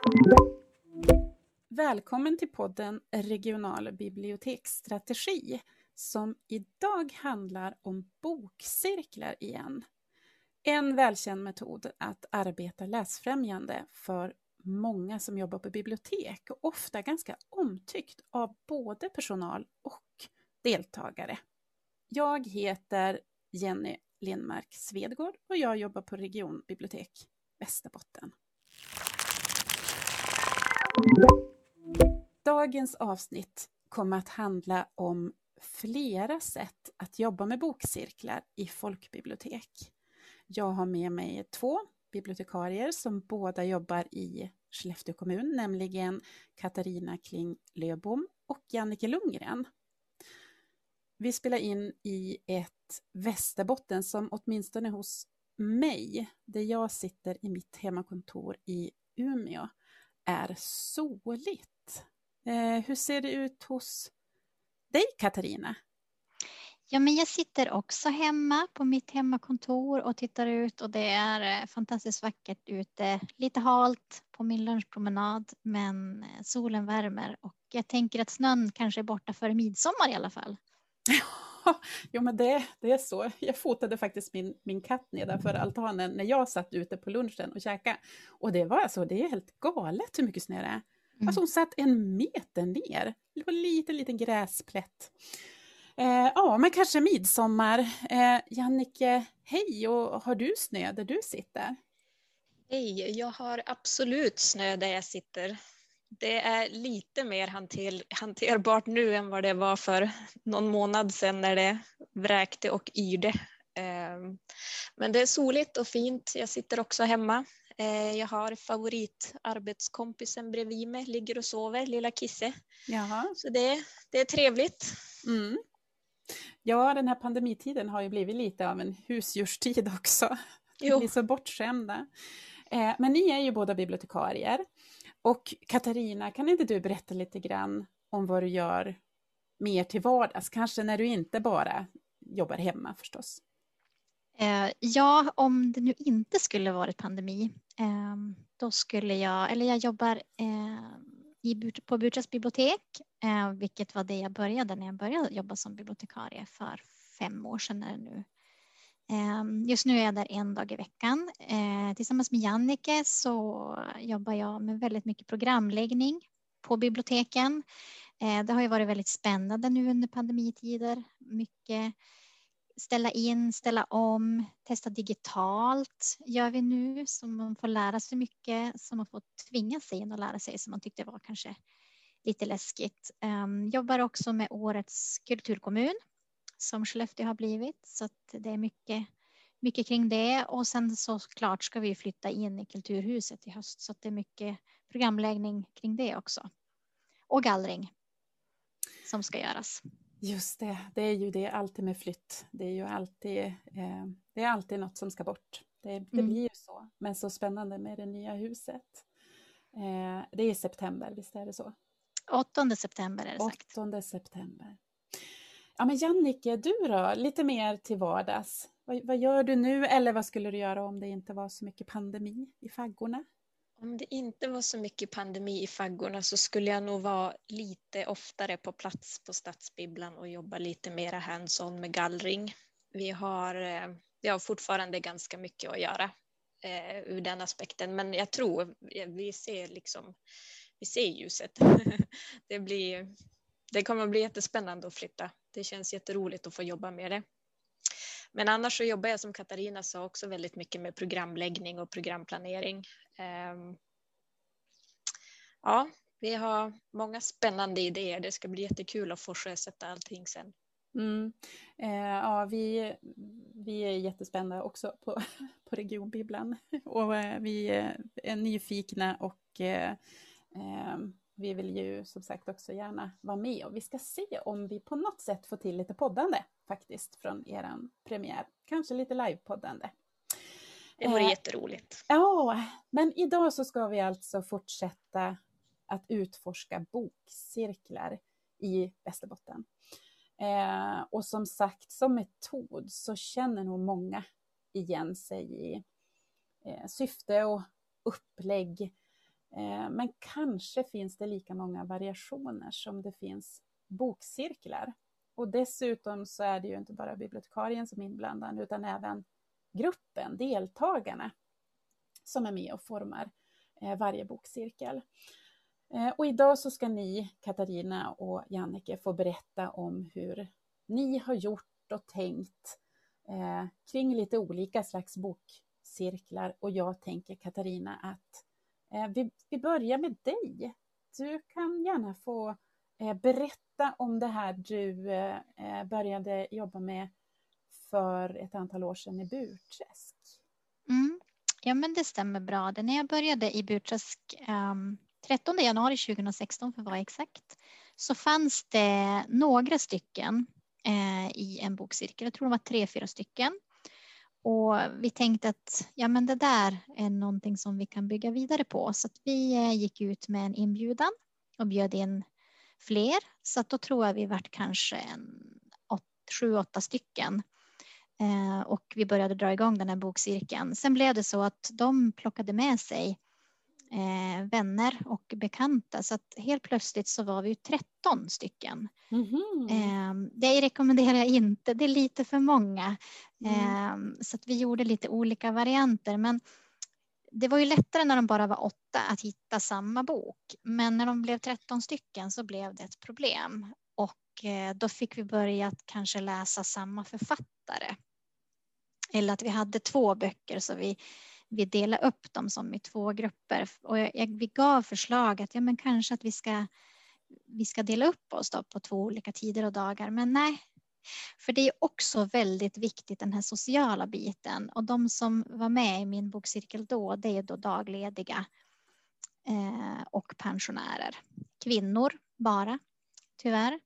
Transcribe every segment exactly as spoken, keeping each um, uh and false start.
Välkommen till podden Regional biblioteksstrategi som idag handlar om bokcirklar igen. En välkänd metod att arbeta läsfrämjande för många som jobbar på bibliotek och ofta ganska omtyckt av både personal och deltagare. Jag heter Jenny Lindmark Svedgård och jag jobbar på Regionbibliotek Västerbotten. Dagens avsnitt kommer att handla om flera sätt att jobba med bokcirklar i folkbibliotek. Jag har med mig två bibliotekarier som båda jobbar i Skellefteå kommun, nämligen Katarina Kling Löbom och Jannike Lundgren. Vi spelar in i ett Västerbotten som åtminstone hos mig, där jag sitter i mitt hemmakontor i Umeå, är soligt. Eh, hur ser det ut hos dig, Katarina? Ja, men jag sitter också hemma på mitt hemmakontor och tittar ut och det är fantastiskt vackert ute. Lite halt på min lunchpromenad, men solen värmer och jag tänker att snön kanske är borta före midsommar i alla fall. Jo, men det, det är så. Jag fotade faktiskt min, min katt nedanför altanen när jag satt ute på lunchen och käkade. Och det var alltså, det är helt galet hur mycket snö det är. Mm. Alltså hon satt en meter ner. Det var en liten, liten gräsplätt. Eh, ja, men kanske midsommar. Eh, Jannike, hej, och har du snö där du sitter? Hej, jag har absolut snö där jag sitter. Det är lite mer hanter, hanterbart nu än vad det var för någon månad sedan när det vräkte och yrde. Men det är soligt och fint. Jag sitter också hemma. Jag har favoritarbetskompisen bredvid mig, ligger och sover, lilla Kisse. Jaha. Så det, det är trevligt. Mm. Ja, den här pandemitiden har ju blivit lite av en husdjurstid också. Vi blir så bortskämda. Men ni är ju båda bibliotekarier. Och Katarina, kan inte du berätta lite grann om vad du gör mer till vardags? Kanske när du inte bara jobbar hemma förstås. Eh, ja, om det nu inte skulle varit pandemi, eh, då skulle jag, eller jag jobbar eh, i, på Burträsks bibliotek, eh, vilket var det jag började när jag började jobba som bibliotekarie för fem år sedan är det nu. Eh, just nu är jag där en dag i veckan. Eh, tillsammans med Jannike så jobbar jag med väldigt mycket programläggning på biblioteken. Eh, det har ju varit väldigt spännande nu under pandemitider. Mycket ställa in, ställa om, testa digitalt gör vi nu, så man får lära sig mycket, som man får tvinga sig in och lära sig, som man tyckte var kanske lite läskigt. Um, jobbar också med årets kulturkommun som Skellefteå har blivit, så att det är mycket, mycket kring det. Och sen så klart ska vi flytta in i Kulturhuset i höst, så att det är mycket programläggning kring det också. Och gallring som ska göras. Just det, det är ju det alltid med flytt. Det är ju alltid, eh, det är alltid något som ska bort. Det, det mm. blir ju så. Men så spännande med det nya huset. Eh, det är i september, visst är det så? åttonde september är det sagt. åttonde september. Ja, men Jannike, du då? Lite mer till vardags. Vad, vad gör du nu, eller vad skulle du göra om det inte var så mycket pandemi i faggorna? Om det inte var så mycket pandemi i faggorna så skulle jag nog vara lite oftare på plats på Stadsbibblan och jobba lite mer hands-on med gallring. Vi har, vi har fortfarande ganska mycket att göra eh, ur den aspekten, men jag tror vi ser liksom, vi ser ljuset. det, blir, det kommer att bli jättespännande att flytta. Det känns jätteroligt att få jobba med det. Men annars så jobbar jag, som Katarina sa, också väldigt mycket med programläggning och programplanering. Um, ja, vi har många spännande idéer. Det ska bli jättekul att få sjösätta allting sen. Mm. Eh, ja, vi, vi är jättespända också på, på Regionbibblan. Och eh, vi är nyfikna och eh, eh, vi vill ju som sagt också gärna vara med. Och vi ska se om vi på något sätt får till lite poddande faktiskt från eran premiär. Kanske lite livepoddande. Det vore eh, jätteroligt. Ja, men idag så ska vi alltså fortsätta att utforska bokcirklar i Västerbotten. Eh, och som sagt, som metod så känner nog många igen sig i eh, syfte och upplägg. Eh, men kanske finns det lika många variationer som det finns bokcirklar. Och dessutom så är det ju inte bara bibliotekarien som är inblandad utan även gruppen, deltagarna som är med och formar eh, varje bokcirkel. Eh, och idag så ska ni, Katarina och Jannike, få berätta om hur ni har gjort och tänkt eh, kring lite olika slags bokcirklar. Och jag tänker, Katarina, att eh, vi, vi börjar med dig. Du kan gärna få eh, berätta om det här du eh, började jobba med för ett antal år sedan i Burträsk. Mm. Ja, men det stämmer bra. Det när jag började i Burträsk um, trettonde januari tjugohundrasexton för att vara exakt, så fanns det några stycken eh, i en bokcirkel. Jag tror det var tre, fyra stycken. Och vi tänkte att ja, men det där är någonting som vi kan bygga vidare på. Så att vi eh, gick ut med en inbjudan och bjöd in fler. Så att då tror jag vi vart kanske en åt, sju, åtta stycken. Eh, och vi började dra igång den här bokcirkeln. Sen blev det så att de plockade med sig eh, vänner och bekanta. Så att helt plötsligt så var vi tretton stycken. Mm-hmm. Eh, det rekommenderar jag inte. Det är lite för många. Mm. Eh, så att vi gjorde lite olika varianter. Men det var ju lättare när de bara var åtta att hitta samma bok. Men när de blev tretton stycken så blev det ett problem. Och eh, då fick vi börja att kanske läsa samma författare. Eller att vi hade två böcker så vi, vi delade upp dem som i två grupper. Och jag, jag, vi gav förslag att ja, men kanske att vi ska, vi ska dela upp oss då på två olika tider och dagar. Men nej, för det är också väldigt viktigt den här sociala biten. Och de som var med i min bokcirkel då, det är då daglediga eh, och pensionärer. Kvinnor bara, tyvärr.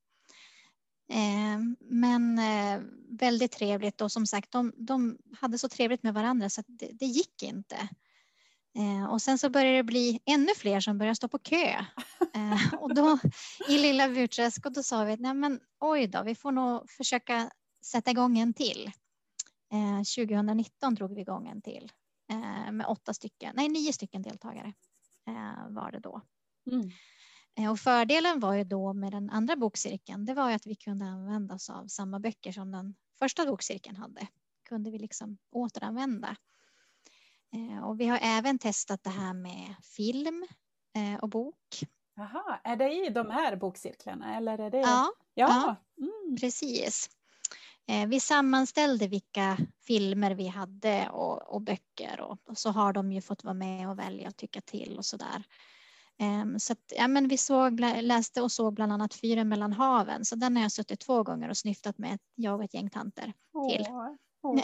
Eh, men eh, väldigt trevligt och som sagt de, de hade så trevligt med varandra så att det, det gick inte. Eh, och sen så började det bli ännu fler som började stå på kö. Eh, och då i lilla Burträsk och då sa vi att nej men oj då, vi får nog försöka sätta igång en till. Eh, tjugohundranitton drog vi igång en till eh, med åtta stycken, nej nio stycken deltagare eh, var det då. Mm. Och fördelen var ju då med den andra bokcirkeln, det var ju att vi kunde använda oss av samma böcker som den första bokcirkeln hade. Kunde vi liksom återanvända. Och vi har även testat det här med film och bok. Jaha, är det i de här bokcirklarna? Eller är det... Ja, ja. ja mm. precis. Vi sammanställde vilka filmer vi hade och, och böcker och, och så har de ju fått vara med och välja och tycka till och sådär. Um, så att, ja, men vi såg, läste och såg bland annat Fyren mellan haven. Så den har jag suttit två gånger och snyftat med, jag och ett gäng tanter till. Åh, åh.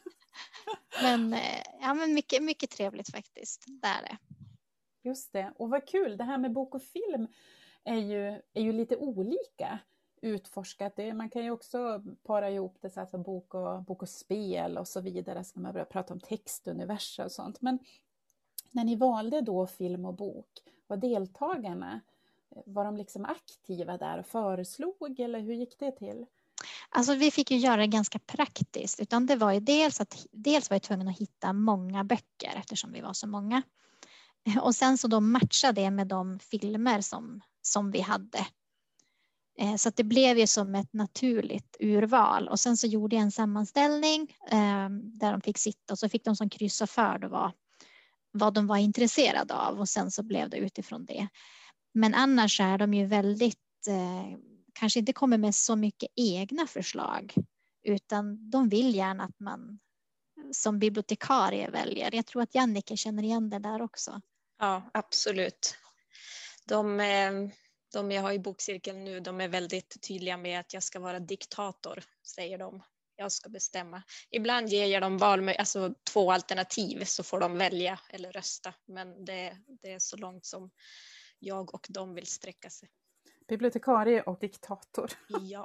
men ja, men mycket, mycket trevligt faktiskt. Det är det. Just det. Och vad kul, det här med bok och film är ju, är ju lite olika utforskat. Det, man kan ju också para ihop det så här, så bok, och, bok och spel och så vidare. Så man börjar prata om textuniversum och sånt. Men när ni valde då film och bok, var deltagarna, var de liksom aktiva där och föreslog eller hur gick det till? Alltså vi fick ju göra det ganska praktiskt, utan det var ju dels att dels var jag tvungen att hitta många böcker eftersom vi var så många. Och sen så då matcha det med de filmer som, som vi hade. Så att det blev ju som ett naturligt urval. Och sen så gjorde jag en sammanställning eh, där de fick sitta och så fick de som kryssa för det var vad de var intresserade av och sen så blev det utifrån det. Men annars är de ju väldigt, eh, kanske inte kommer med så mycket egna förslag utan de vill gärna att man som bibliotekarie väljer. Jag tror att Jannike känner igen det där också. Ja, absolut. De, de jag har i bokcirkeln nu, de är väldigt tydliga med att jag ska vara diktator, säger de. Jag ska bestämma. Ibland ger jag dem val med, alltså, två alternativ så får de välja eller rösta. Men det, det är så långt som jag och de vill sträcka sig. Bibliotekarie och diktator. Ja.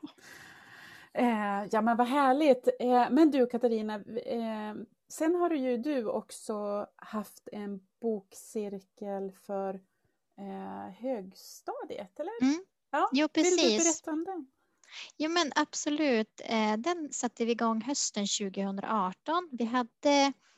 eh, ja men vad härligt. Eh, men du Katarina, eh, sen har du ju du också haft en bokcirkel för eh, högstadiet, eller? Mm. Ja, Jo, precis. Vill du berätta om den? Jo men absolut, den satte vi igång hösten tjugohundraarton. Vi hade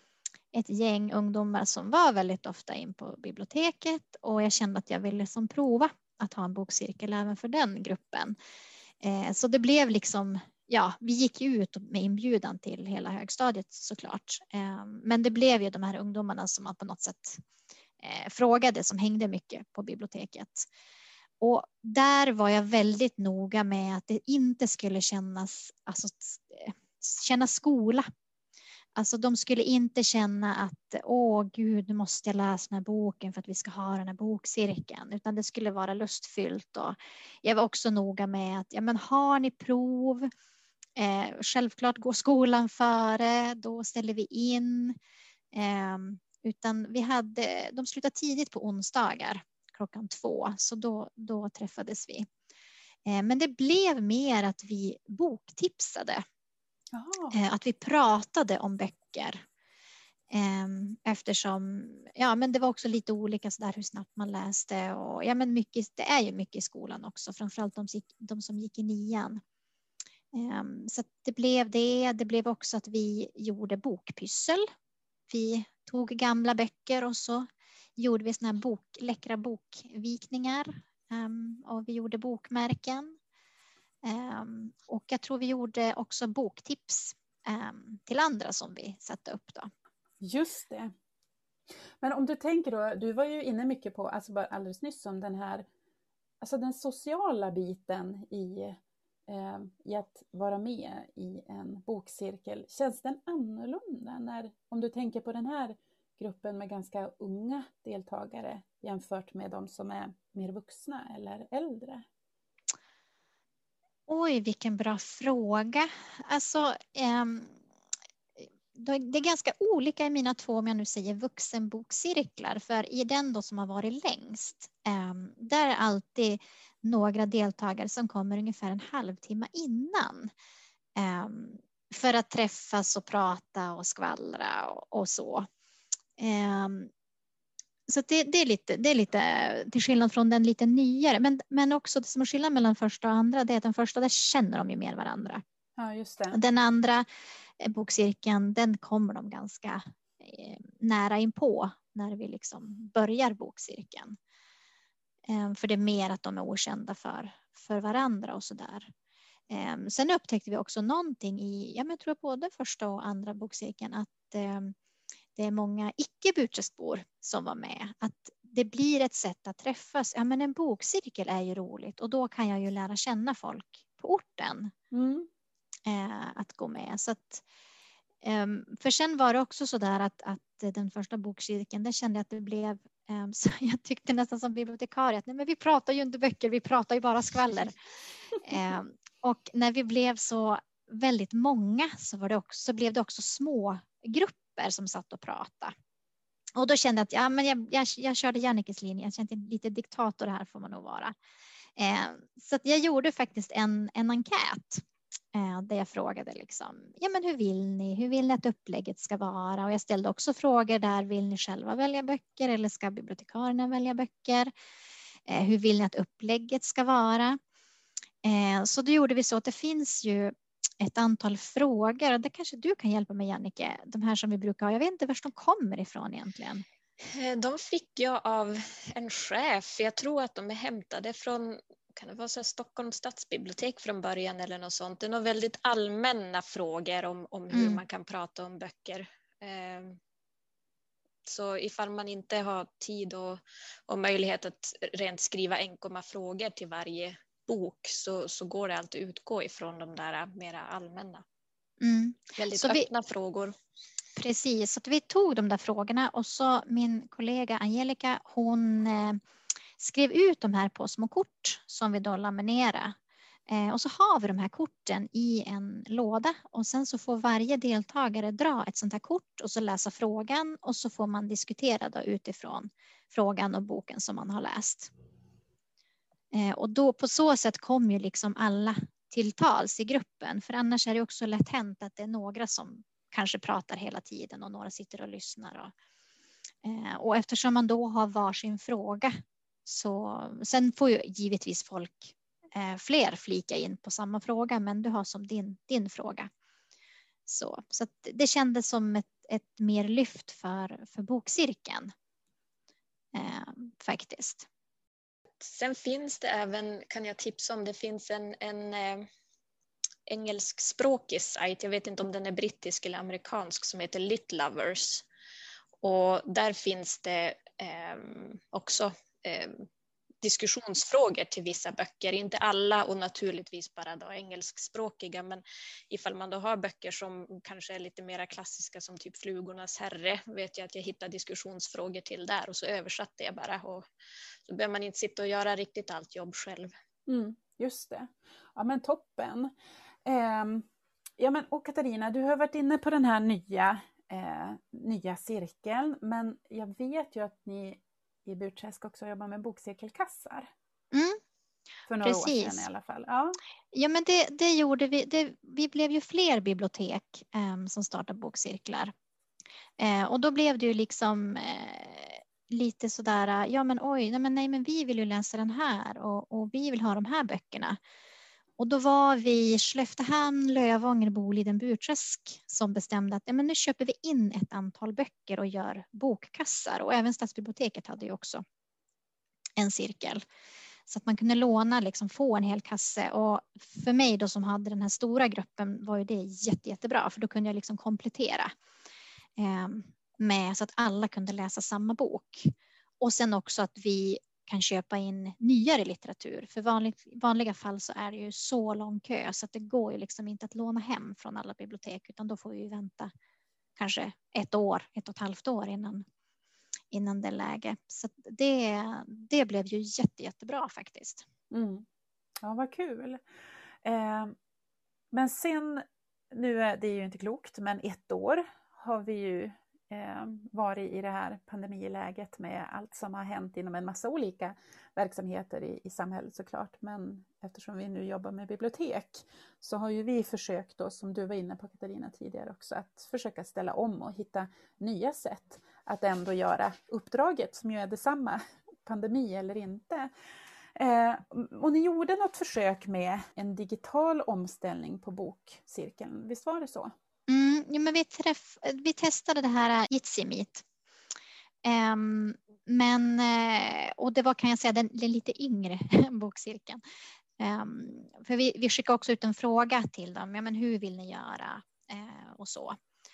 ett gäng ungdomar som var väldigt ofta in på biblioteket, och jag kände att jag ville som prova att ha en bokcirkel även för den gruppen. Eh, så det blev liksom, ja, vi gick ju ut med inbjudan till hela högstadiet såklart. Eh, men det blev ju de här ungdomarna som man på något sätt eh, frågade, som hängde mycket på biblioteket. Och där var jag väldigt noga med att det inte skulle kännas, alltså, känna skola. Alltså de skulle inte känna att åh gud, nu måste jag läsa den här boken för att vi ska ha den här bokcirkeln. Utan det skulle vara lustfyllt. Och jag var också noga med att ja, men har ni prov? Eh, självklart går skolan före, då ställer vi in. Eh, utan vi hade, de slutade tidigt på onsdagar klockan två, så då, då träffades vi. Eh, men det blev mer att vi boktipsade. Eh, att vi pratade om böcker. Eh, eftersom ja, men det var också lite olika så där hur snabbt man läste. Och, ja, men mycket, det är ju mycket i skolan också, framförallt de, de som gick i nian. Eh, så det blev det. Det blev också att vi gjorde bokpyssel. Vi tog gamla böcker och så gjorde vi såna här bok, läckra bokvikningar. Um, och vi gjorde bokmärken. Um, och jag tror vi gjorde också boktips um, till andra som vi satte upp då. Just det. Men om du tänker då, du var ju inne mycket på, alltså bara alldeles nyss om den här, alltså den sociala biten i, eh, i att vara med i en bokcirkel. Känns den annorlunda när, om du tänker på den här gruppen med ganska unga deltagare jämfört med de som är mer vuxna eller äldre? Oj, vilken bra fråga. Alltså, ehm, det är ganska olika i mina två, om jag nu säger vuxenbokcirklar. För i den då som har varit längst, ehm, där är alltid några deltagare som kommer ungefär en halvtimme innan. Ehm, för att träffas och prata och skvallra och, och så. Ehm, Så det, det, är lite, det är lite till skillnad från den lite nyare. Men, men också det som är skillnad mellan första och andra, det är att den första, där känner de ju mer varandra. Ja, just det. Den andra bokcirkeln, den kommer de ganska eh, nära in på när vi liksom börjar bokcirkeln. Eh, för det är mer att de är okända för, för varandra och sådär. Eh, sen upptäckte vi också någonting i, ja, men jag tror både första och andra bokcirkeln, att eh, det är många icke-Burträskbor som var med. Att det blir ett sätt att träffas. Ja, men en bokcirkel är ju roligt. Och då kan jag ju lära känna folk på orten. Mm. Eh, att gå med. Så att, eh, för sen var det också så där att, att den första bokcirkeln, där kände jag att det blev, eh, så jag tyckte nästan som bibliotekarie att nej, men vi pratar ju inte böcker, vi pratar ju bara skvaller. eh, och när vi blev så väldigt många så, var det också, så blev det också små grupper som satt och pratade. Och då kände jag att ja, men jag, jag, jag körde Jannikes linje. Jag kände lite diktator här får man nog vara. Eh, så att jag gjorde faktiskt en, en enkät. Eh, där jag frågade liksom, ja men hur vill ni? Hur vill ni att upplägget ska vara? Och jag ställde också frågor där, vill ni själva välja böcker eller ska bibliotekarierna välja böcker? Eh, hur vill ni att upplägget ska vara? Eh, så då gjorde vi så att det finns ju ett antal frågor. Det kanske du kan hjälpa mig, Jannike. De här som vi brukar ha. Jag vet inte var de kommer ifrån egentligen. De fick jag av en chef. Jag tror att de är hämtade från, kan det vara så här, Stockholms stadsbibliotek från början eller något sånt. Det är nog väldigt allmänna frågor om, om hur mm. man kan prata om böcker. Så ifall man inte har tid och, och möjlighet att rent skriva enkomma frågor till varje bok så, så går det alltid att utgå ifrån de där mera allmänna. Mm. Väldigt så öppna vi, frågor. Precis, så att vi tog de där frågorna och så min kollega Angelica, hon eh, skrev ut de här på små kort som vi då laminerade. Eh, och så har vi de här korten i en låda och sen så får varje deltagare dra ett sånt här kort och så läsa frågan och så får man diskutera då utifrån frågan och boken som man har läst. Eh, och då på så sätt kom ju liksom alla till tals i gruppen. För annars är det också lätt hänt att det är några som kanske pratar hela tiden och några sitter och lyssnar. Och, eh, och eftersom man då har varsin fråga så sen får ju givetvis folk eh, fler flika in på samma fråga, men du har som din, din fråga. Så, så att det kändes som ett, ett mer lyft för, för bokcirkeln. Eh, faktiskt. Sen finns det även, kan jag tipsa om, det finns en, en eh, engelskspråkig sajt, jag vet inte om den är brittisk eller amerikansk, som heter Lit Lovers. Och där finns det eh, också eh, diskussionsfrågor till vissa böcker, inte alla och naturligtvis bara då engelskspråkiga, men ifall man då har böcker som kanske är lite mer klassiska som typ Flugornas herre, vet jag att jag hittar diskussionsfrågor till där och så översatte jag bara, och så behöver man inte sitta och göra riktigt allt jobb själv. Mm, just det. Ja men toppen. Eh, ja men och Katarina, du har varit inne på den här nya, eh, nya cirkeln, men jag vet ju att ni i Burträsk också jobbar med bokcirkelkassar. Mm. För några Precis. år sedan i alla fall. Ja, ja men det, det gjorde vi. Det, vi blev ju fler bibliotek eh, som startade bokcirklar. Eh, och då blev det ju liksom eh, lite sådär, ja men oj, nej men, nej, men vi vill ju läsa den här och, och vi vill ha de här böckerna. Och då var vi Skelleftehamn, Lövånger, Boliden, Burträsk som bestämde att ja, men nu köper vi in ett antal böcker och gör bokkassar. Och även Stadsbiblioteket hade ju också en cirkel. Så att man kunde låna, liksom få en hel kasse. Och för mig då som hade den här stora gruppen var ju det jätte, jättebra. För då kunde jag liksom komplettera eh, med så att alla kunde läsa samma bok. Och sen också att vi kan köpa in nyare litteratur. För vanlig, vanliga fall så är det ju så lång kö så att det går ju liksom inte att låna hem från alla bibliotek, utan då får vi ju vänta kanske ett år, ett och ett halvt år innan, innan det är läge. Så det, det blev ju jätte, jättebra faktiskt. mm. Ja vad kul. Eh, men sen, nu är det ju inte klokt, men ett år har vi ju Eh, varit i det här pandemiläget med allt som har hänt inom en massa olika verksamheter i, i samhället såklart. Men eftersom vi nu jobbar med bibliotek så har ju vi försökt då, som du var inne på Katarina tidigare också, att försöka ställa om och hitta nya sätt att ändå göra uppdraget som ju är detsamma, pandemi eller inte. Eh, och ni gjorde något försök med en digital omställning på bokcirkeln, visst var det så? Mm, ja, men vi, träff, vi testade det här Jitsi Meet. Um, men, och det var kan jag säga den, den lite yngre bokcirkeln. Um, för vi, vi skickade också ut en fråga till dem. Ja, men hur vill ni göra? Uh, och så.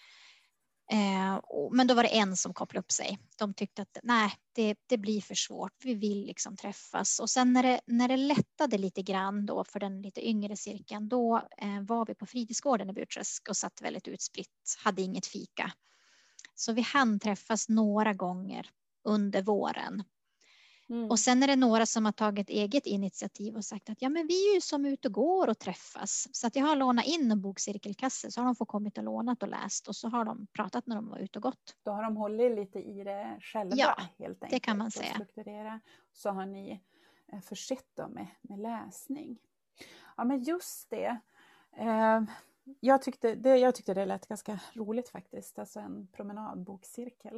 Uh, och, men då var det en som kopplade upp sig. De tyckte att nej, det, det blir för svårt. Vi vill liksom träffas. Och sen när det, när det lättade lite grann då för den lite yngre cirkeln, då uh, var vi på fritidsgården i Burträsk och satt väldigt utspritt. Hade inget fika. Så vi hann träffas några gånger under våren. Mm. Och sen är det några som har tagit eget initiativ och sagt att ja, men vi är ju som ute och går och träffas. Så att jag har lånat in en bokcirkelkasse, så har de fått kommit och lånat och läst. Och så har de pratat när de var ute och gått. Då har de hållit lite i det själva, ja, helt enkelt. Det kan man säga. Strukturera. Så har ni försett dem med, med läsning. Ja men just det. Eh, jag, tyckte, det jag tyckte det lät ganska roligt faktiskt. Alltså en promenadbokcirkel.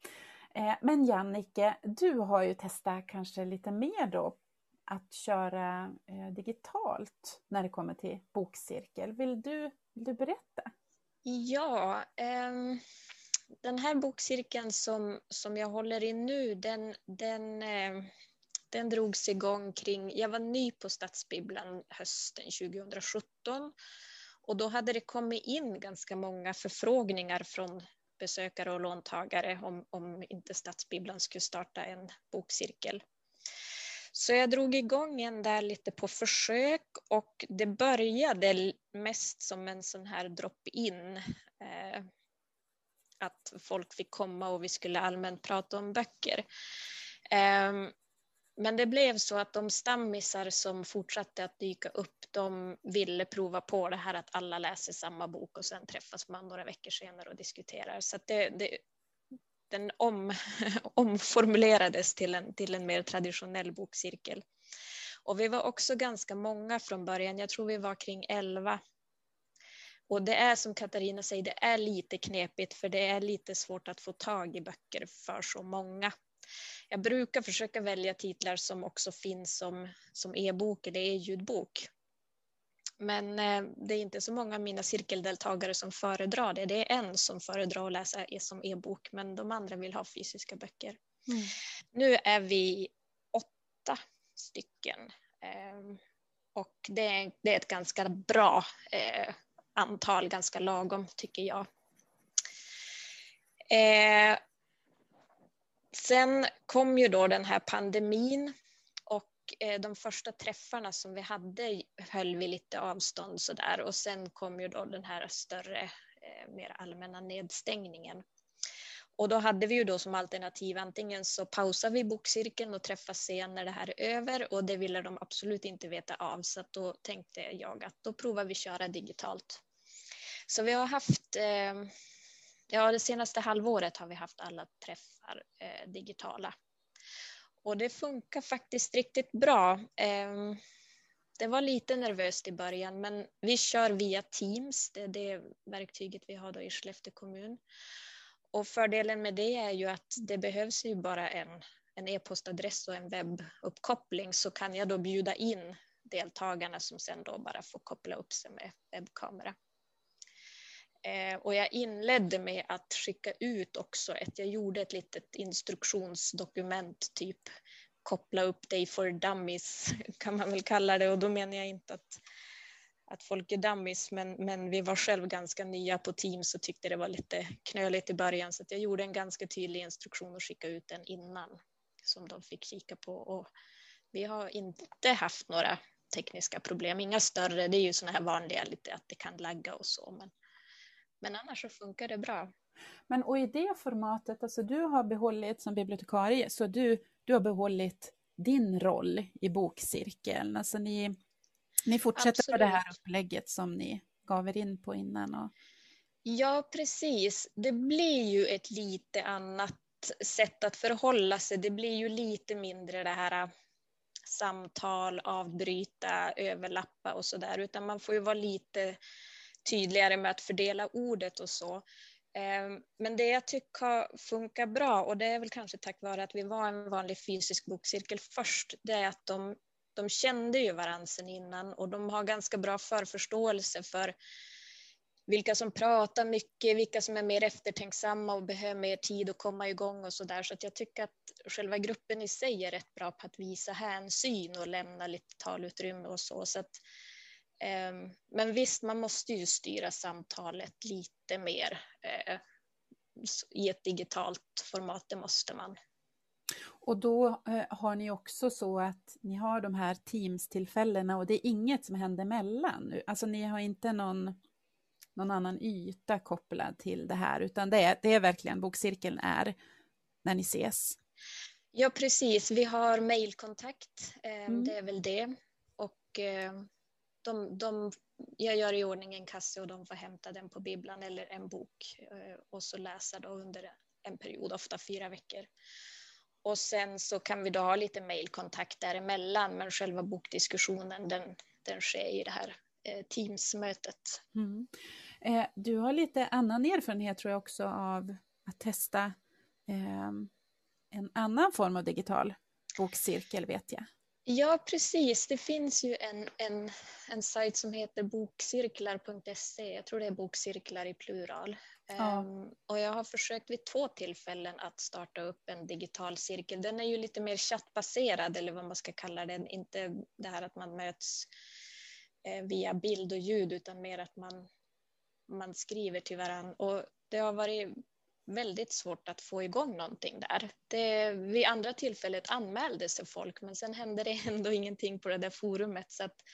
Men Jannike, du har ju testat kanske lite mer då att köra eh, digitalt när det kommer till bokcirkel. Vill du, vill du berätta? Ja, eh, den här bokcirkeln som, som jag håller i nu, den, den, eh, den drogs igång kring, jag var ny på Stadsbibblan hösten tjugohundrasjutton och då hade det kommit in ganska många förfrågningar från besökare och låntagare om, om inte Stadsbibblan skulle starta en bokcirkel. Så jag drog igång en där lite på försök och det började mest som en sån här drop-in. Eh, att folk fick komma och vi skulle allmänt prata om böcker. Eh, men det blev så att de stammisar som fortsatte att dyka upp, de ville prova på det här att alla läser samma bok och sen träffas man några veckor senare och diskuterar. Så att det, det, den om, omformulerades till en, till en mer traditionell bokcirkel. Och vi var också ganska många från början, jag tror vi var kring elva. Och det är som Katarina säger, det är lite knepigt för det är lite svårt att få tag i böcker för så många. Jag brukar försöka välja titlar som också finns som, som e-bok eller e-ljudbok. Men eh, det är inte så många av mina cirkeldeltagare som föredrar det. Det är en som föredrar att läsa som e-bok, men de andra vill ha fysiska böcker. Mm. Nu är vi åtta stycken. Eh, och det är, det är ett ganska bra eh, antal, ganska lagom tycker jag. Eh, sen kom ju då den här pandemin. De första träffarna som vi hade höll vi lite avstånd så där, och sen kom ju då den här större, eh, mer allmänna nedstängningen. Och då hade vi ju då som alternativ antingen så pausar vi bokcirkeln och träffas sen när det här är över, och det ville de absolut inte veta av, så att då tänkte jag att då provar vi köra digitalt. Så vi har haft, eh, ja det senaste halvåret har vi haft alla träffar eh, digitala. Och det funkar faktiskt riktigt bra. Det var lite nervöst i början, men vi kör via Teams. Det är det verktyget vi har då i Skellefteå kommun. Och fördelen med det är ju att det behövs ju bara en, en e-postadress och en webbuppkoppling, så kan jag då bjuda in deltagarna som sen då bara får koppla upp sig med webbkamera. Och jag inledde med att skicka ut också ett, jag gjorde ett litet instruktionsdokument, typ koppla upp dig för dummies kan man väl kalla det, och då menar jag inte att, att folk är dummies, men, men vi var själv ganska nya på Teams och tyckte det var lite knöligt i början, så att jag gjorde en ganska tydlig instruktion och skickade ut den innan som de fick kika på, och vi har inte haft några tekniska problem, inga större, det är ju såna här vanliga lite att det kan lagga och så, men Men annars så funkar det bra. Men och i det formatet, alltså du har behållit som bibliotekarie, så du, du har behållit din roll i bokcirkeln. Alltså ni, ni fortsätter på det här upplägget som ni gav er in på innan. Och... Ja, precis. Det blir ju ett lite annat sätt att förhålla sig. Det blir ju lite mindre det här samtal, avbryta, överlappa och sådär. Utan man får ju vara lite tydligare med att fördela ordet och så. Men det jag tycker funkar bra, och det är väl kanske tack vare att vi var en vanlig fysisk bokcirkel först, det är att de, de kände ju varandra sedan innan, och de har ganska bra förförståelse för vilka som pratar mycket, vilka som är mer eftertänksamma och behöver mer tid att komma igång och så där. Så att jag tycker att själva gruppen i sig är rätt bra på att visa hänsyn och lämna lite talutrymme och så. Så att men visst, man måste ju styra samtalet lite mer eh, i ett digitalt format, det måste man. Och då eh, har ni också så att ni har de här Teams-tillfällena, och det är inget som händer mellan. Alltså ni har inte någon, någon annan yta kopplad till det här, utan det är, det är verkligen bokcirkeln är när ni ses. Ja, precis. Vi har mejlkontakt, eh, mm. det är väl det. Och... Eh, De, de, jag gör i ordning en kasse och de får hämta den på bibblan eller en bok och så läsa då under en period, ofta fyra veckor. Och sen så kan vi då ha lite mejlkontakt däremellan, men själva bokdiskussionen den, den sker i det här eh, Teams-mötet. Mm. Eh, du har lite annan erfarenhet tror jag också av att testa eh, en annan form av digital bokcirkel, vet jag. Ja, precis. Det finns ju en, en, en sajt som heter bokcirklar punkt se. Jag tror det är bokcirklar i plural. Ja. Um, och jag har försökt vid två tillfällen att starta upp en digital cirkel. Den är ju lite mer chattbaserad, eller vad man ska kalla den. Inte det här att man möts eh, via bild och ljud, utan mer att man, man skriver till varandra. Och det har varit väldigt svårt att få igång någonting där. Det, vid andra tillfället anmälde sig folk, men sen hände det ändå ingenting på det där forumet. Så att,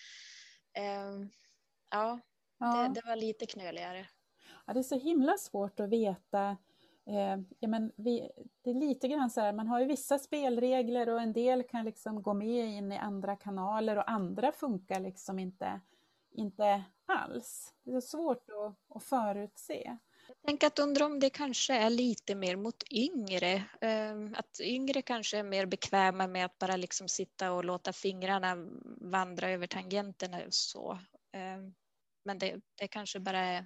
eh, ja, ja. Det, det var lite knöligare. Ja, det är så himla svårt att veta. Eh, ja, men vi, det är lite grann så här, man har ju vissa spelregler och en del kan liksom gå med in i andra kanaler och andra funkar liksom inte, inte alls. Det är så svårt att, att förutse. Jag tänker att undra om det kanske är lite mer mot yngre. Att yngre kanske är mer bekväma med att bara liksom sitta och låta fingrarna vandra över tangenterna och så. Men det, det kanske bara är...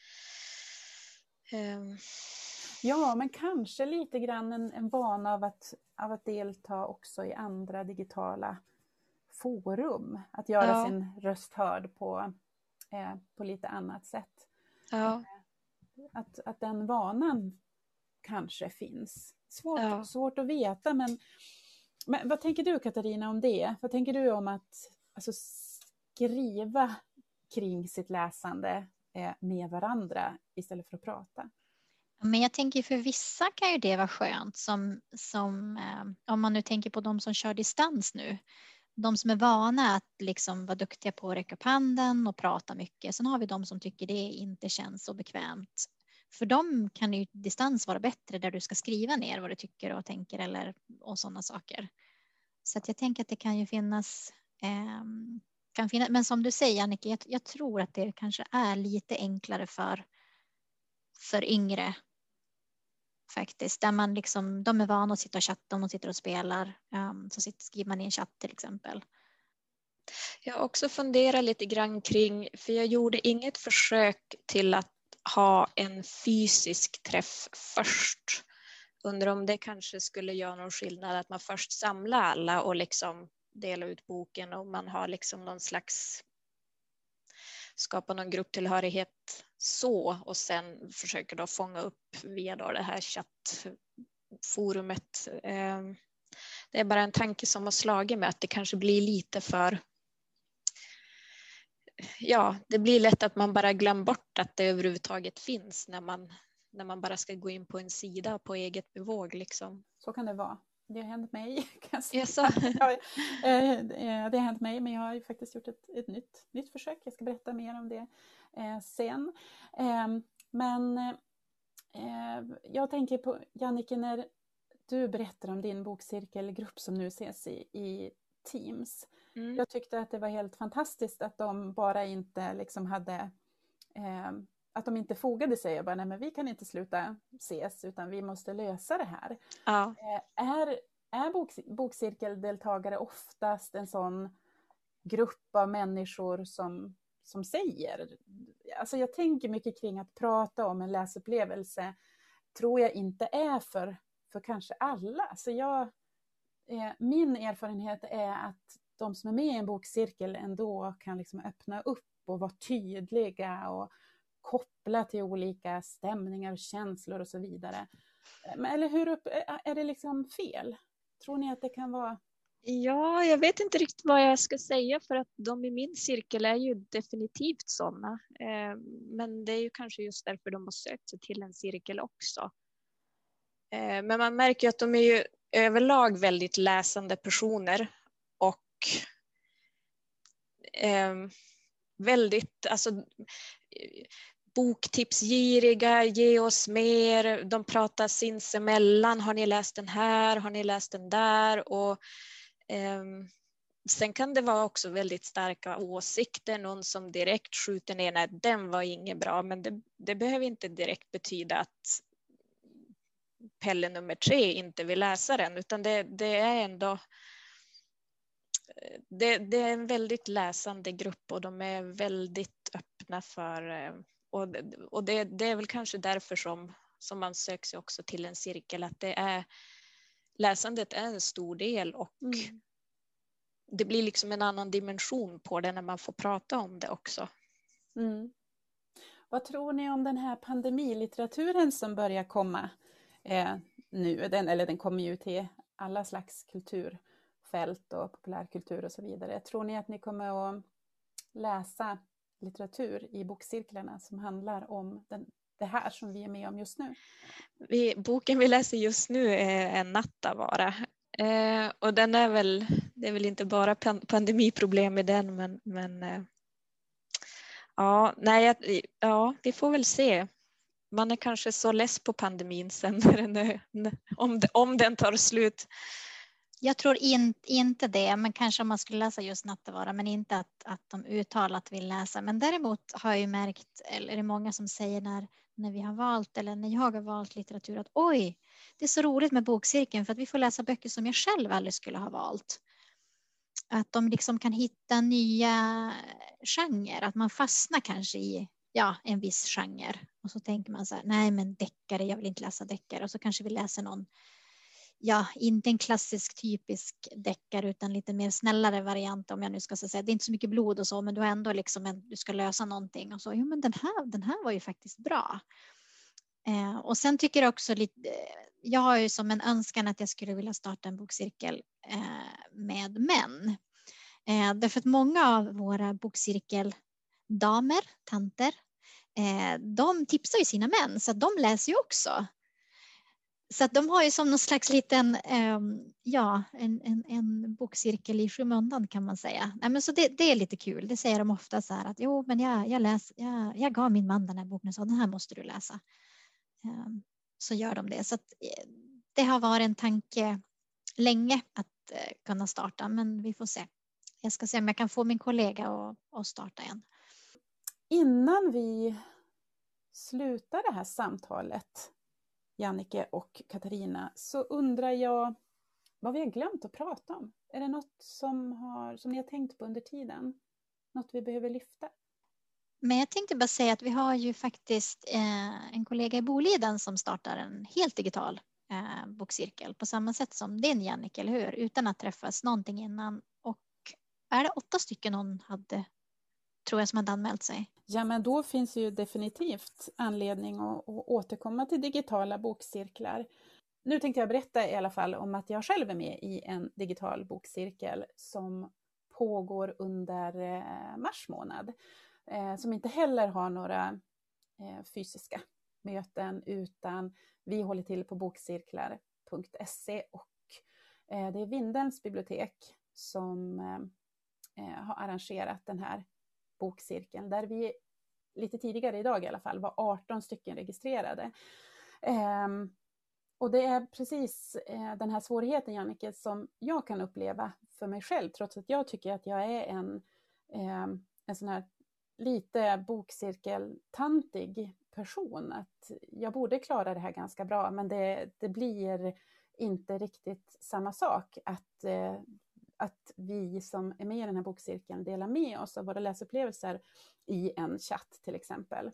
Ja, men kanske lite grann en, en vana av att, av att delta också i andra digitala forum. Att göra ja. sin röst hörd på, eh, på lite annat sätt. Ja. Eh, att, att den vanan kanske finns. Svårt, Ja. svårt att veta, men, men vad tänker du, Katarina, om det? Vad tänker du om att alltså, skriva kring sitt läsande eh, med varandra istället för att prata? Men jag tänker för vissa kan ju det vara skönt, som, som eh, om man nu tänker på de som kör distans nu. De som är vana att liksom vara duktiga på att räcka upp handen och prata mycket. Sen har vi de som tycker det inte känns så bekvämt. För dem kan ju distans vara bättre, där du ska skriva ner vad du tycker och tänker eller, och sådana saker. Så att jag tänker att det kan ju finnas, eh, kan finnas, men som du säger Annika, jag, jag tror att det kanske är lite enklare för, för yngre faktiskt. Där man liksom, de är vana att sitta och chatta om de sitter och spelar. Um, så sitter, skriver man i en chatt till exempel. Jag har också funderat lite grann kring, för jag gjorde inget försök till att ha en fysisk träff först. Undrar om det kanske skulle göra någon skillnad att man först samlar alla och liksom delar ut boken och man har liksom någon slags, skapa någon grupptillhörighet så, och sen försöker då fånga upp via då det här chattforumet. Det är bara en tanke som har slagit mig, att det kanske blir lite för, ja, det blir lätt att man bara glömmer bort att det överhuvudtaget finns när man, när man bara ska gå in på en sida på eget bevåg liksom. Så kan det vara. Det har hänt mig. Yes. Ja, det har hänt mig, men jag har ju faktiskt gjort ett, ett nytt, nytt försök. Jag ska berätta mer om det eh, sen. Eh, men eh, jag tänker på, Jannike, när du berättar om din bokcirkelgrupp som nu ses i, i Teams. Mm. Jag tyckte att det var helt fantastiskt att de bara inte liksom hade... Eh, att de inte fogade sig och bara, nej men vi kan inte sluta ses utan vi måste lösa det här. Ja. Är, är bok, bokcirkeldeltagare oftast en sån grupp av människor som, som säger, alltså jag tänker mycket kring att prata om en läsupplevelse, tror jag inte är för, för kanske alla. Så jag, eh, min erfarenhet är att de som är med i en bokcirkel ändå kan liksom öppna upp och vara tydliga och koppla till olika stämningar och känslor och så vidare. Eller hur upp, är det liksom fel? Tror ni att det kan vara? Ja, jag vet inte riktigt vad jag ska säga, för att de i min cirkel är ju definitivt sådana. Men det är ju kanske just därför de har sökt sig till en cirkel också. Men man märker ju att de är ju överlag väldigt läsande personer och väldigt, alltså boktipsgiriga, ge oss mer, de pratar sinsemellan, har ni läst den här, har ni läst den där, och eh, sen kan det vara också väldigt starka åsikter, någon som direkt skjuter ner, nej den var inget bra, men det, det behöver inte direkt betyda att Pelle nummer tre inte vill läsa den, utan det, det är ändå det, det är en väldigt läsande grupp och de är väldigt öppna för. Och, och det, det är väl kanske därför som, som man söker sig också till en cirkel, att det är, läsandet är en stor del och mm. det blir liksom en annan dimension på det när man får prata om det också. Mm. Vad tror ni om den här pandemilitteraturen som börjar komma eh, nu? Den, eller den kommer ju till alla slags kulturfält och populärkultur och så vidare. Tror ni att ni kommer att läsa litteratur i bokcirklarna som handlar om den, det här som vi är med om just nu? Vi, boken vi läser just nu är En nattavara. Eh, och den är väl, det är väl inte bara pandemiproblem i den, men, men eh, ja, nej, ja, vi får väl se. Man är kanske så less på pandemin sen när den är, om, om den tar slut. Jag tror in, inte det, men kanske om man skulle läsa just Nattavara, men inte att, att de uttalat vill läsa. Men däremot har jag ju märkt, eller är det många som säger när, när vi har valt, eller när jag har valt litteratur, att oj, det är så roligt med bokcirkeln för att vi får läsa böcker som jag själv aldrig skulle ha valt. Att de liksom kan hitta nya genrer, att man fastnar kanske i ja, en viss genre. Och så tänker man så här, nej men deckare, jag vill inte läsa deckare. Och så kanske vi läser någon ja, inte en klassisk typisk deckare utan lite mer snällare variant om jag nu ska säga. Det är inte så mycket blod och så, men du har ändå liksom en, du ska lösa någonting och så, jo men den här, den här var ju faktiskt bra. Eh, och sen tycker jag också lite, jag har ju som en önskan att jag skulle vilja starta en bokcirkel eh, med män. Eh, därför att många av våra bokcirkeldamer, tanter, eh, de tipsar ju sina män så att de läser ju också. Så att de har ju som någon slags liten, eh, ja, en, en, en bokcirkel i skymundan kan man säga. Nej, men så det, det är lite kul. Det säger de ofta så här att jo, men jag, jag, läs, jag, jag gav min man den här boken och sa den här måste du läsa. Eh, så gör de det. Så att, eh, det har varit en tanke länge att eh, kunna starta, men vi får se. Jag ska se om jag kan få min kollega att, att starta en. Innan vi slutar det här samtalet, Jannike och Katarina, så undrar jag vad vi har glömt att prata om. Är det något som, har, som ni har tänkt på under tiden? Något vi behöver lyfta? Men jag tänkte bara säga att vi har ju faktiskt eh, en kollega i Boliden som startar en helt digital eh, bokcirkel på samma sätt som din, Jannike, eller hur? Utan att träffas någonting innan. Och är det åtta stycken hon hade, tror jag, som hade anmält sig? Ja, men då finns ju definitivt anledning att, att återkomma till digitala bokcirklar. Nu tänkte jag berätta i alla fall om att jag själv är med i en digital bokcirkel som pågår under mars månad. Som inte heller har några fysiska möten, utan vi håller till på bokcirklar punkt se och det är Vindelns bibliotek som har arrangerat den här bokcirkeln, där vi lite tidigare idag i alla fall var arton stycken registrerade. Um, och det är precis uh, den här svårigheten, Jannike, som jag kan uppleva för mig själv, trots att jag tycker att jag är en, um, en sån här lite bokcirkeltantig person. Att jag borde klara det här ganska bra, men det, det blir inte riktigt samma sak att uh, att vi som är med i den här bokcirkeln delar med oss av våra läsupplevelser i en chatt till exempel.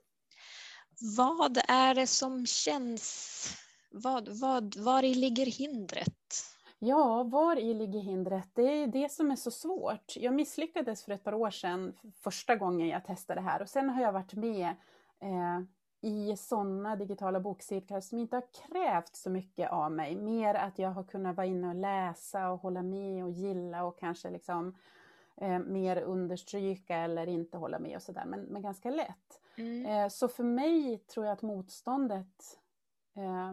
Vad är det som känns, vad, vad, var i ligger hindret? Ja, var i ligger hindret? Det är det som är så svårt. Jag misslyckades för ett par år sedan första gången jag testade det här, och sen har jag varit med eh, i sådana digitala bokcirklar som inte har krävt så mycket av mig. Mer att jag har kunnat vara inne och läsa och hålla med och gilla och kanske liksom eh, mer understryka eller inte hålla med och sådär. Men, men ganska lätt. Mm. Eh, så för mig tror jag att motståndet eh,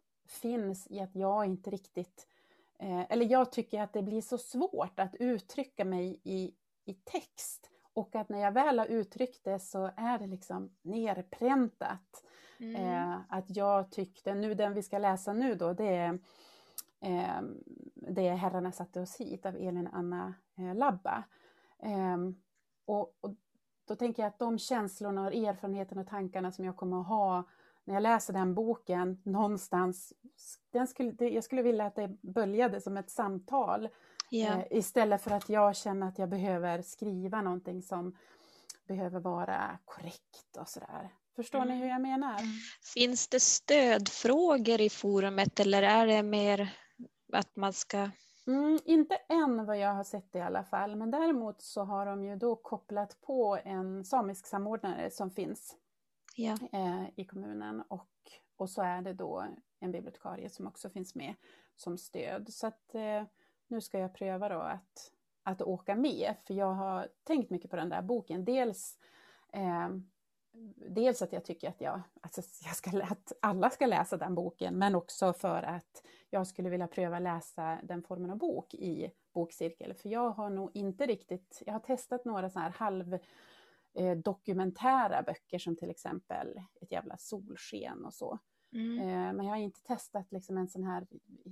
finns i att jag inte riktigt... Eh, eller jag tycker att det blir så svårt att uttrycka mig i, i text. Och att när jag väl har uttryckt det så är det liksom nerpräntat. Mm. Eh, att jag tyckte, nu den vi ska läsa nu då, det är, eh, det är Herrarna satte oss hit av Elin Anna eh, Labba. Eh, och, och då tänker jag att de känslorna och erfarenheterna och tankarna som jag kommer att ha när jag läser den boken någonstans, den skulle, det, jag skulle vilja att det började som ett samtal. Yeah. Eh, istället för att jag känner att jag behöver skriva någonting som behöver vara korrekt och sådär. Förstår mm. ni hur jag menar? Finns det stödfrågor i forumet eller är det mer att man ska... Mm, inte än vad jag har sett i alla fall. Men däremot så har de ju då kopplat på en samisk samordnare som finns yeah. eh, i kommunen. Och, och så är det då en bibliotekarie som också finns med som stöd. Så att... Eh, Nu ska jag pröva då att, att åka med, för jag har tänkt mycket på den där boken. Dels, eh, dels att jag tycker att, jag, alltså jag ska, att alla ska läsa den boken, men också för att jag skulle vilja pröva läsa den formen av bok i bokcirkel. För jag har nog inte riktigt, jag har testat några så här halv eh, dokumentära böcker som till exempel Ett jävla solsken och så. Mm. Eh, men jag har inte testat liksom en sån här...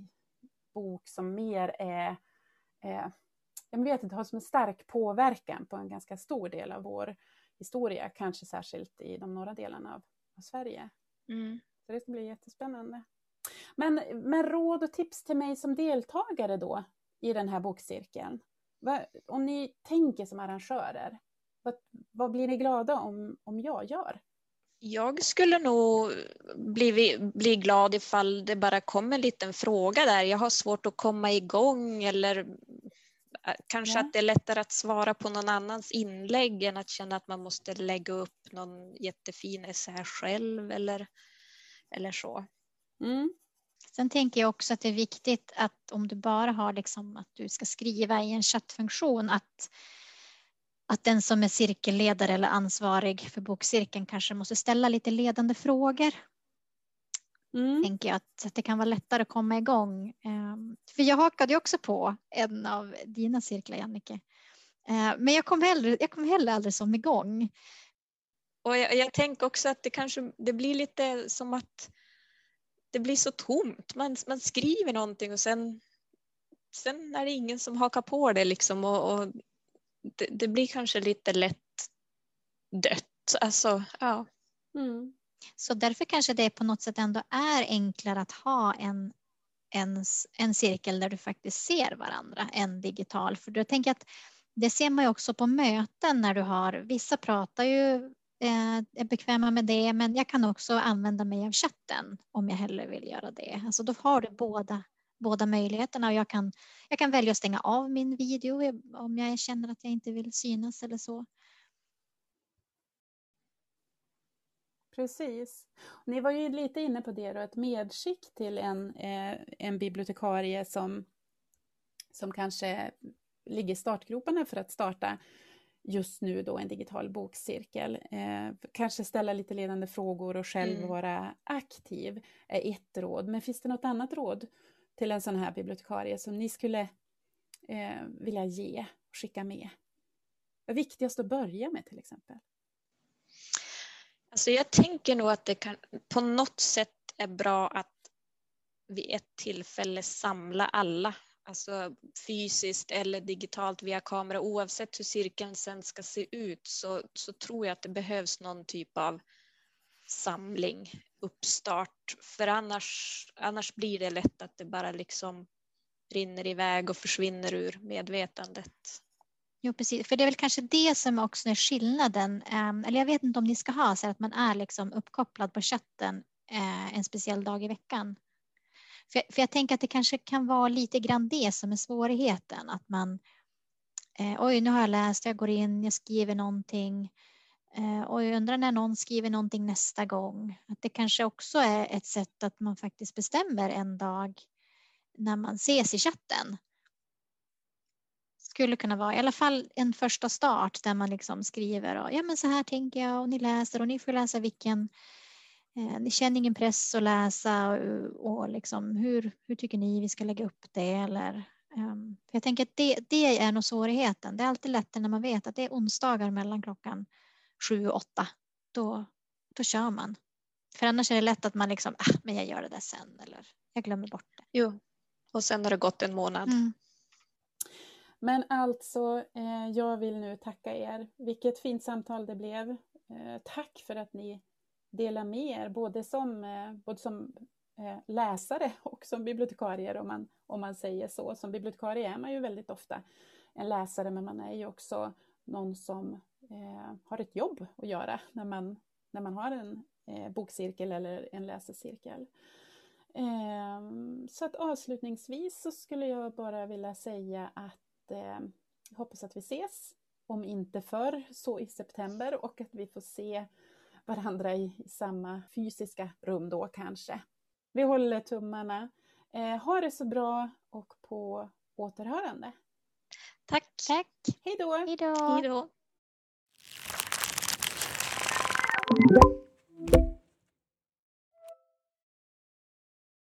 bok som mer är, eh, jag vet inte, har som en stark påverkan på en ganska stor del av vår historia, kanske särskilt i de norra delarna av, av Sverige. Mm. Så det ska bli jättespännande. Men med råd och tips till mig som deltagare då i den här bokcirkeln, vad, om ni tänker som arrangörer, vad, vad blir ni glada om, om jag gör? Jag skulle nog bli, bli glad ifall det bara kom en liten fråga där. Jag har svårt att komma igång, eller kanske Ja. att det är lättare att svara på någon annans inlägg än att känna att man måste lägga upp någon jättefin essä själv eller, eller så. Mm. Sen tänker jag också att det är viktigt att om du bara har liksom att du ska skriva i en chattfunktion, att, att den som är cirkelledare eller ansvarig för bokcirkeln kanske måste ställa lite ledande frågor. Mm. Tänker jag att, att det kan vara lättare att komma igång. Um, för jag hakade ju också på en av dina cirklar, Jannike. Uh, men jag kom, heller, jag kom heller aldrig som igång. Och jag, jag tänker också att det kanske det blir lite som att det blir så tomt. Man, man skriver någonting och sen, sen är det ingen som hakar på det. Liksom, och, och det, det blir kanske lite lätt dött. Alltså, ja. Mm. Så därför kanske det på något sätt ändå är enklare att ha en, en, en cirkel där du faktiskt ser varandra än digital. För jag tänker att det ser man ju också på möten när du har, vissa pratar ju, eh, är bekväma med det, men jag kan också använda mig av chatten om jag hellre vill göra det. Alltså då har du båda, båda möjligheterna och jag kan, jag kan välja att stänga av min video om jag känner att jag inte vill synas eller så. Precis. Ni var ju lite inne på det då, ett medskick till en, eh, en bibliotekarie som, som kanske ligger i startgroparna för att starta just nu då en digital bokcirkel. Eh, kanske ställa lite ledande frågor och själv mm. vara aktiv är ett råd. Men finns det något annat råd till en sån här bibliotekarie som ni skulle eh, vilja ge och skicka med? Vad är viktigast att börja med till exempel? Alltså jag tänker nog att det kan, på något sätt är bra att vid ett tillfälle samla alla. Alltså fysiskt eller digitalt via kamera. Oavsett hur cirkeln sen ska se ut så, så tror jag att det behövs någon typ av samling, uppstart. För annars, annars blir det lätt att det bara liksom rinner iväg och försvinner ur medvetandet. Jo, precis. För det är väl kanske det som också är skillnaden. Eller jag vet inte om ni ska ha så att man är liksom uppkopplad på chatten en speciell dag i veckan. För jag, för jag tänker att det kanske kan vara lite grann det som är svårigheten. Att man, eh, oj nu har jag läst, jag går in, jag skriver någonting. Eh, och jag undrar när någon skriver någonting nästa gång. Att det kanske också är ett sätt att man faktiskt bestämmer en dag när man ses i chatten. Skulle kunna vara i alla fall en första start där man liksom skriver och ja men så här tänker jag och ni läser och ni får läsa vilken. Eh, ni känner ingen press att läsa och, och liksom, hur, hur tycker ni vi ska lägga upp det? Eller, um, för jag tänker att det, det är nog svårigheten. Det är alltid lättare när man vet att det är onsdagar mellan klockan sju och åtta. Då, då kör man. För annars är det lätt att man liksom, ah, men jag gör det där sen eller jag glömmer bort det. Jo, och sen har det gått en månad. Mm. Men alltså, eh, jag vill nu tacka er. Vilket fint samtal det blev. Eh, tack för att ni dela med er, både som, eh, både som eh, läsare och som bibliotekarier om man, om man säger så. Som bibliotekarie är man ju väldigt ofta en läsare, men man är ju också någon som eh, har ett jobb att göra när man, när man har en eh, bokcirkel eller en läsecirkel. Eh, så att avslutningsvis så skulle jag bara vilja säga att eh, jag hoppas att vi ses, om inte förr så i september, och att vi får se varandra i, i samma fysiska rum då kanske. Vi håller tummarna. Eh, ha det så bra och på återhörande. Tack. Tack. Hej då. Hej då. Hej då.